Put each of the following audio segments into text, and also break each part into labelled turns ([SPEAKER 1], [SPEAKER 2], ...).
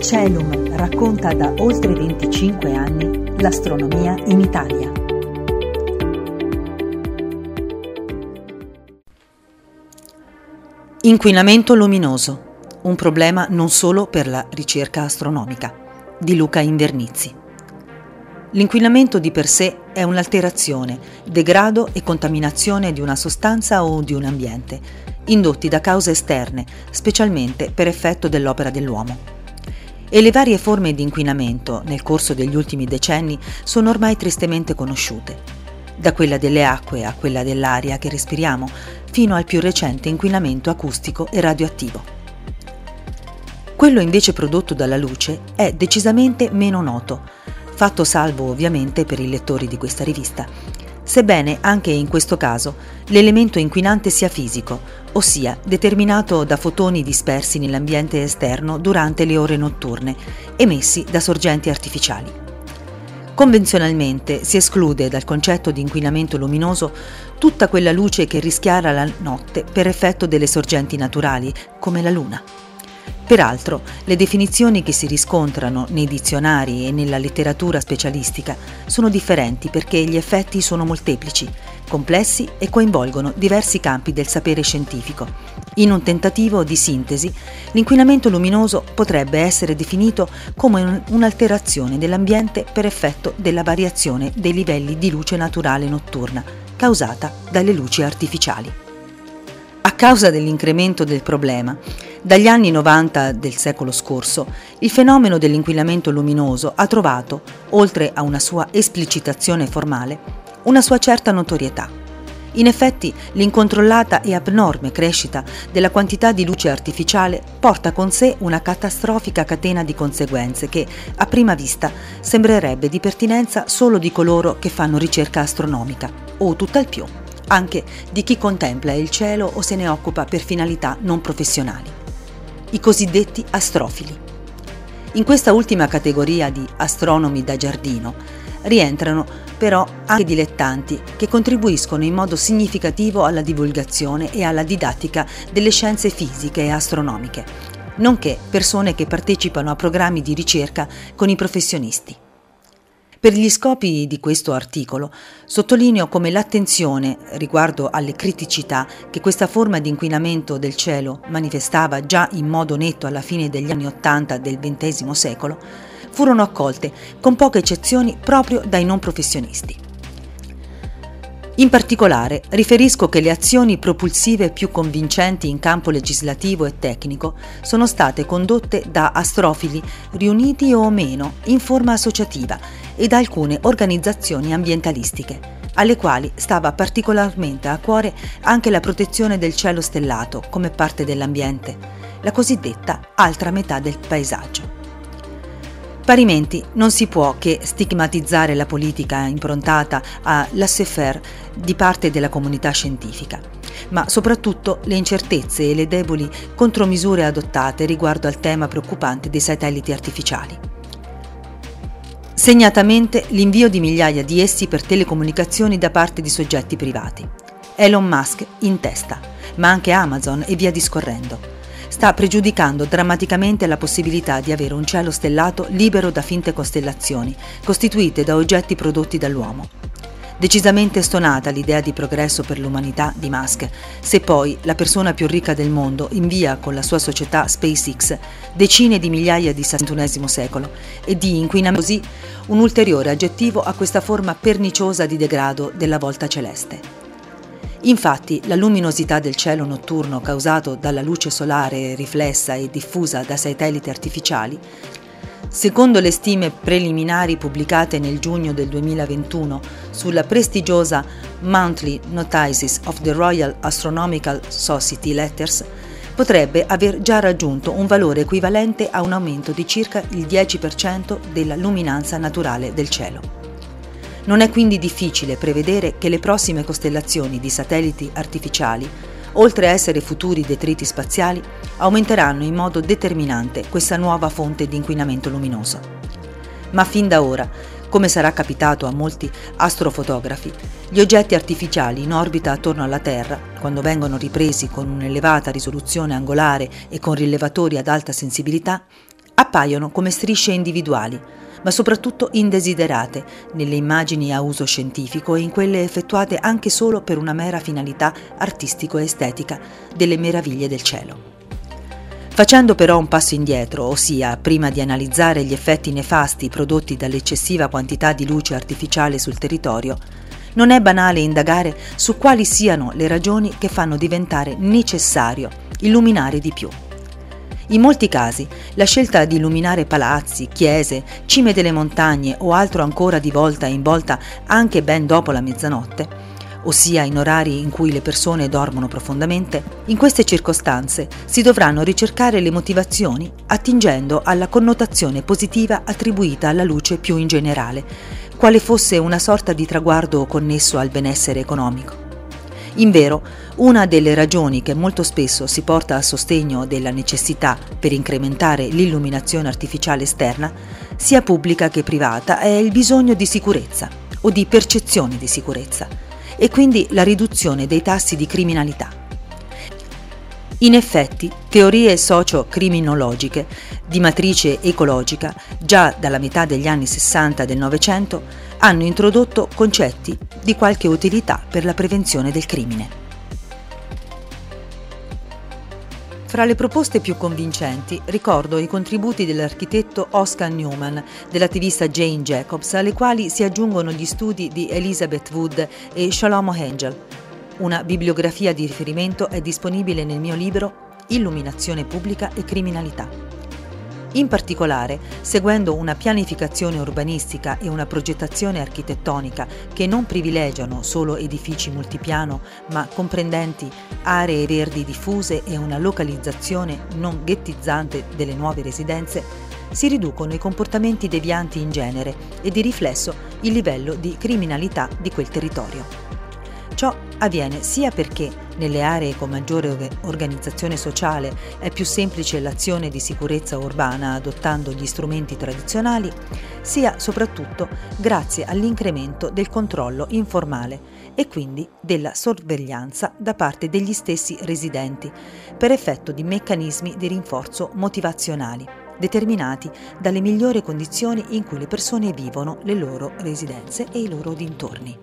[SPEAKER 1] Celum racconta da oltre 25 anni l'astronomia in Italia.
[SPEAKER 2] Inquinamento luminoso, un problema non solo per la ricerca astronomica, di Luca Invernizzi. L'inquinamento di per sé è un'alterazione, degrado e contaminazione di una sostanza o di un ambiente, indotti da cause esterne, specialmente per effetto dell'opera dell'uomo. E le varie forme di inquinamento nel corso degli ultimi decenni sono ormai tristemente conosciute, da quella delle acque a quella dell'aria che respiriamo, fino al più recente inquinamento acustico e radioattivo. Quello invece prodotto dalla luce è decisamente meno noto, fatto salvo ovviamente per i lettori di questa rivista, sebbene anche in questo caso l'elemento inquinante sia fisico, ossia determinato da fotoni dispersi nell'ambiente esterno durante le ore notturne, emessi da sorgenti artificiali. Convenzionalmente si esclude dal concetto di inquinamento luminoso tutta quella luce che rischiara la notte per effetto delle sorgenti naturali, come la luna. Peraltro, le definizioni che si riscontrano nei dizionari e nella letteratura specialistica sono differenti perché gli effetti sono molteplici, complessi e coinvolgono diversi campi del sapere scientifico. In un tentativo di sintesi, l'inquinamento luminoso potrebbe essere definito come un'alterazione dell'ambiente per effetto della variazione dei livelli di luce naturale notturna, causata dalle luci artificiali. A causa dell'incremento del problema, dagli anni 90 del secolo scorso, il fenomeno dell'inquinamento luminoso ha trovato, oltre a una sua esplicitazione formale, una sua certa notorietà. In effetti, l'incontrollata e abnorme crescita della quantità di luce artificiale porta con sé una catastrofica catena di conseguenze che, a prima vista, sembrerebbe di pertinenza solo di coloro che fanno ricerca astronomica, o tutt'al più, anche di chi contempla il cielo o se ne occupa per finalità non professionali. I cosiddetti astrofili. In questa ultima categoria di astronomi da giardino rientrano però anche dilettanti che contribuiscono in modo significativo alla divulgazione e alla didattica delle scienze fisiche e astronomiche, nonché persone che partecipano a programmi di ricerca con i professionisti. Per gli scopi di questo articolo sottolineo come l'attenzione riguardo alle criticità che questa forma di inquinamento del cielo manifestava già in modo netto alla fine degli anni '80 del XX secolo furono accolte con poche eccezioni proprio dai non professionisti. In particolare riferisco che le azioni propulsive più convincenti in campo legislativo e tecnico sono state condotte da astrofili riuniti o meno in forma associativa e da alcune organizzazioni ambientalistiche, alle quali stava particolarmente a cuore anche la protezione del cielo stellato come parte dell'ambiente, la cosiddetta altra metà del paesaggio. Parimenti non si può che stigmatizzare la politica improntata a laissez-faire di parte della comunità scientifica, ma soprattutto le incertezze e le deboli contromisure adottate riguardo al tema preoccupante dei satelliti artificiali. Segnatamente l'invio di migliaia di essi per telecomunicazioni da parte di soggetti privati. Elon Musk in testa, ma anche Amazon e via discorrendo. Sta pregiudicando drammaticamente la possibilità di avere un cielo stellato libero da finte costellazioni, costituite da oggetti prodotti dall'uomo. Decisamente stonata l'idea di progresso per l'umanità di Musk, se poi la persona più ricca del mondo invia con la sua società SpaceX decine di migliaia di XXI secolo e di inquinamento, così un ulteriore aggettivo a questa forma perniciosa di degrado della volta celeste. Infatti, la luminosità del cielo notturno causato dalla luce solare riflessa e diffusa da satelliti artificiali, secondo le stime preliminari pubblicate nel giugno del 2021 sulla prestigiosa Monthly Notices of the Royal Astronomical Society Letters, potrebbe aver già raggiunto un valore equivalente a un aumento di circa il 10% della luminanza naturale del cielo. Non è quindi difficile prevedere che le prossime costellazioni di satelliti artificiali, oltre a essere futuri detriti spaziali, aumenteranno in modo determinante questa nuova fonte di inquinamento luminoso. Ma fin da ora, come sarà capitato a molti astrofotografi, gli oggetti artificiali in orbita attorno alla Terra, quando vengono ripresi con un'elevata risoluzione angolare e con rilevatori ad alta sensibilità, appaiono come strisce individuali, ma soprattutto indesiderate nelle immagini a uso scientifico e in quelle effettuate anche solo per una mera finalità artistico-estetica delle meraviglie del cielo. Facendo però un passo indietro, ossia prima di analizzare gli effetti nefasti prodotti dall'eccessiva quantità di luce artificiale sul territorio, non è banale indagare su quali siano le ragioni che fanno diventare necessario illuminare di più. In molti casi, la scelta di illuminare palazzi, chiese, cime delle montagne o altro ancora di volta in volta anche ben dopo la mezzanotte, ossia in orari in cui le persone dormono profondamente, in queste circostanze si dovranno ricercare le motivazioni attingendo alla connotazione positiva attribuita alla luce più in generale, quale fosse una sorta di traguardo connesso al benessere economico. Invero, una delle ragioni che molto spesso si porta a sostegno della necessità per incrementare l'illuminazione artificiale esterna, sia pubblica che privata, è il bisogno di sicurezza o di percezione di sicurezza e quindi la riduzione dei tassi di criminalità. In effetti, teorie socio-criminologiche di matrice ecologica, già dalla metà degli anni 60 del Novecento, hanno introdotto concetti di qualche utilità per la prevenzione del crimine. Fra le proposte più convincenti ricordo i contributi dell'architetto Oscar Newman, dell'attivista Jane Jacobs, alle quali si aggiungono gli studi di Elizabeth Wood e Shlomo Angel. Una bibliografia di riferimento è disponibile nel mio libro Illuminazione pubblica e criminalità. In particolare, seguendo una pianificazione urbanistica e una progettazione architettonica che non privilegiano solo edifici multipiano, ma comprendenti aree verdi diffuse e una localizzazione non ghettizzante delle nuove residenze, si riducono i comportamenti devianti in genere e di riflesso il livello di criminalità di quel territorio. Ciò avviene sia perché nelle aree con maggiore organizzazione sociale è più semplice l'azione di sicurezza urbana adottando gli strumenti tradizionali, sia soprattutto grazie all'incremento del controllo informale e quindi della sorveglianza da parte degli stessi residenti per effetto di meccanismi di rinforzo motivazionali determinati dalle migliori condizioni in cui le persone vivono le loro residenze e i loro dintorni.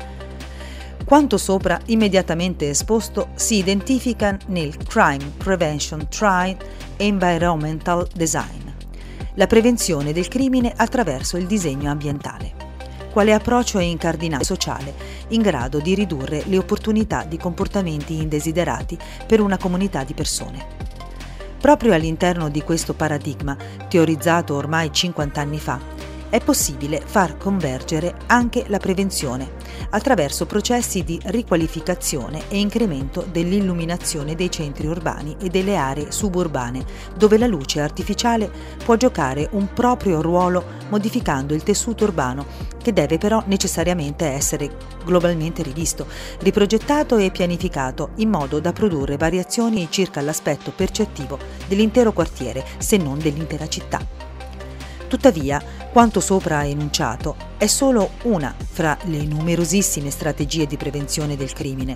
[SPEAKER 2] Quanto sopra immediatamente esposto si identifica nel Crime Prevention Triad Environmental Design, la prevenzione del crimine attraverso il disegno ambientale, quale approccio incardinale sociale in grado di ridurre le opportunità di comportamenti indesiderati per una comunità di persone. Proprio all'interno di questo paradigma, teorizzato ormai 50 anni fa, è possibile far convergere anche la prevenzione attraverso processi di riqualificazione e incremento dell'illuminazione dei centri urbani e delle aree suburbane, dove la luce artificiale può giocare un proprio ruolo modificando il tessuto urbano, che deve però necessariamente essere globalmente rivisto, riprogettato e pianificato in modo da produrre variazioni circa l'aspetto percettivo dell'intero quartiere, se non dell'intera città. Tuttavia, quanto sopra enunciato è solo una fra le numerosissime strategie di prevenzione del crimine.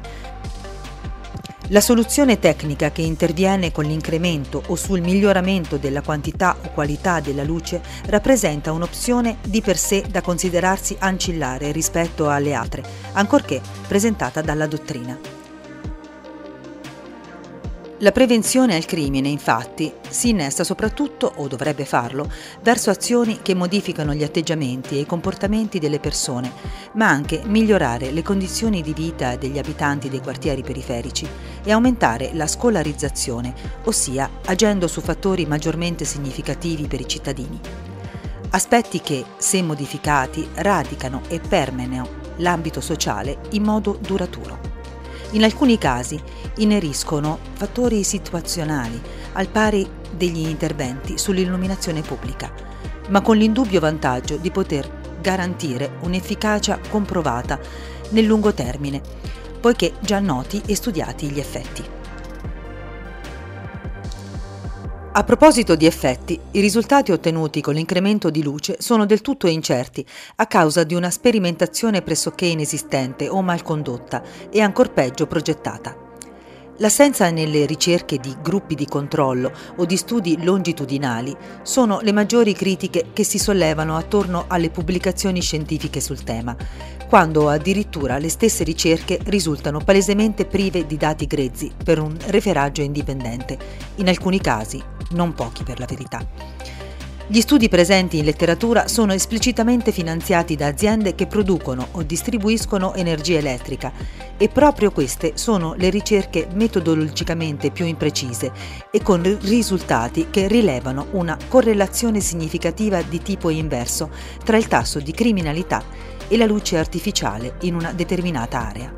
[SPEAKER 2] La soluzione tecnica che interviene con l'incremento o sul miglioramento della quantità o qualità della luce rappresenta un'opzione di per sé da considerarsi ancillare rispetto alle altre, ancorché presentata dalla dottrina. La prevenzione al crimine, infatti, si innesta soprattutto, o dovrebbe farlo, verso azioni che modificano gli atteggiamenti e i comportamenti delle persone, ma anche migliorare le condizioni di vita degli abitanti dei quartieri periferici e aumentare la scolarizzazione, ossia agendo su fattori maggiormente significativi per i cittadini. Aspetti che, se modificati, radicano e permeano l'ambito sociale in modo duraturo. In alcuni casi ineriscono fattori situazionali al pari degli interventi sull'illuminazione pubblica, ma con l'indubbio vantaggio di poter garantire un'efficacia comprovata nel lungo termine, poiché già noti e studiati gli effetti. A proposito di effetti, i risultati ottenuti con l'incremento di luce sono del tutto incerti a causa di una sperimentazione pressoché inesistente o mal condotta e ancor peggio progettata. L'assenza nelle ricerche di gruppi di controllo o di studi longitudinali sono le maggiori critiche che si sollevano attorno alle pubblicazioni scientifiche sul tema, quando addirittura le stesse ricerche risultano palesemente prive di dati grezzi per un referaggio indipendente, in alcuni casi non pochi per la verità. Gli studi presenti in letteratura sono esplicitamente finanziati da aziende che producono o distribuiscono energia elettrica e proprio queste sono le ricerche metodologicamente più imprecise e con risultati che rilevano una correlazione significativa di tipo inverso tra il tasso di criminalità e la luce artificiale in una determinata area.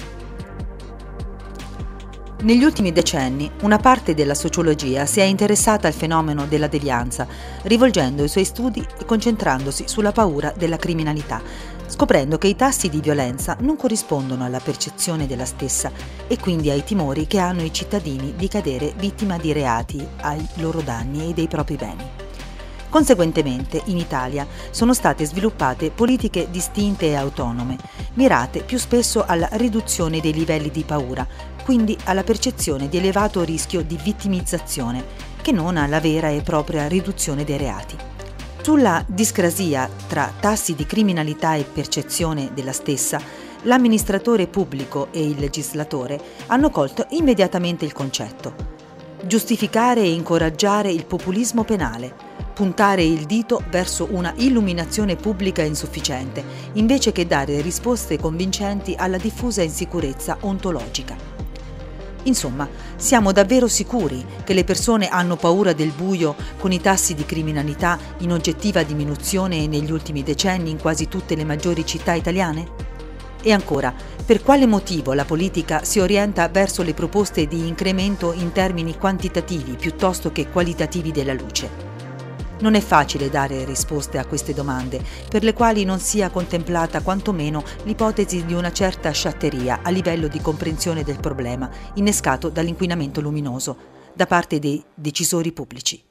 [SPEAKER 2] Negli ultimi decenni una parte della sociologia si è interessata al fenomeno della devianza, rivolgendo i suoi studi e concentrandosi sulla paura della criminalità, scoprendo che i tassi di violenza non corrispondono alla percezione della stessa e quindi ai timori che hanno i cittadini di cadere vittima di reati ai loro danni e dei propri beni. Conseguentemente, in Italia sono state sviluppate politiche distinte e autonome, mirate più spesso alla riduzione dei livelli di paura, quindi alla percezione di elevato rischio di vittimizzazione, che non alla vera e propria riduzione dei reati. Sulla discrasia tra tassi di criminalità e percezione della stessa, l'amministratore pubblico e il legislatore hanno colto immediatamente il concetto: giustificare e incoraggiare il populismo penale, puntare il dito verso una illuminazione pubblica insufficiente, invece che dare risposte convincenti alla diffusa insicurezza ontologica. Insomma, siamo davvero sicuri che le persone hanno paura del buio con i tassi di criminalità in oggettiva diminuzione negli ultimi decenni in quasi tutte le maggiori città italiane? E ancora, per quale motivo la politica si orienta verso le proposte di incremento in termini quantitativi piuttosto che qualitativi della luce? Non è facile dare risposte a queste domande, per le quali non sia contemplata quantomeno l'ipotesi di una certa sciatteria a livello di comprensione del problema innescato dall'inquinamento luminoso da parte dei decisori pubblici.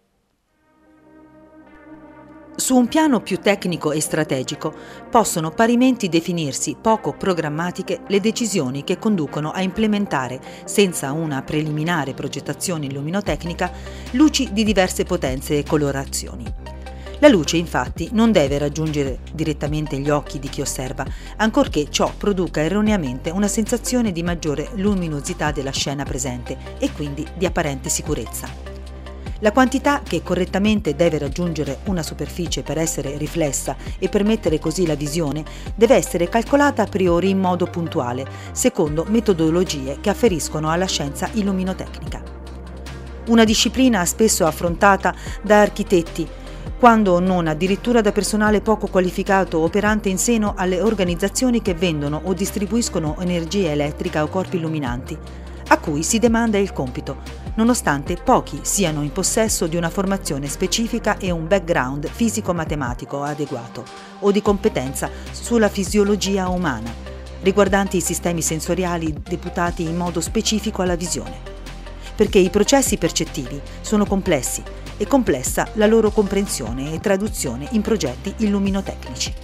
[SPEAKER 2] Su un piano più tecnico e strategico possono parimenti definirsi poco programmatiche le decisioni che conducono a implementare, senza una preliminare progettazione illuminotecnica, luci di diverse potenze e colorazioni. La luce, infatti, non deve raggiungere direttamente gli occhi di chi osserva, ancorché ciò produca erroneamente una sensazione di maggiore luminosità della scena presente e quindi di apparente sicurezza. La quantità che correttamente deve raggiungere una superficie per essere riflessa e permettere così la visione deve essere calcolata a priori in modo puntuale, secondo metodologie che afferiscono alla scienza illuminotecnica. Una disciplina spesso affrontata da architetti, quando non addirittura da personale poco qualificato operante in seno alle organizzazioni che vendono o distribuiscono energia elettrica o corpi illuminanti, a cui si demanda il compito, nonostante pochi siano in possesso di una formazione specifica e un background fisico-matematico adeguato o di competenza sulla fisiologia umana, riguardanti i sistemi sensoriali deputati in modo specifico alla visione. Perché i processi percettivi sono complessi e complessa la loro comprensione e traduzione in progetti illuminotecnici.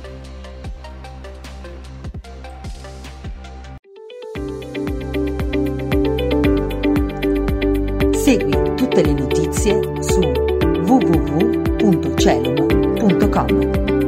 [SPEAKER 1] Segui tutte le notizie su www.celum.com.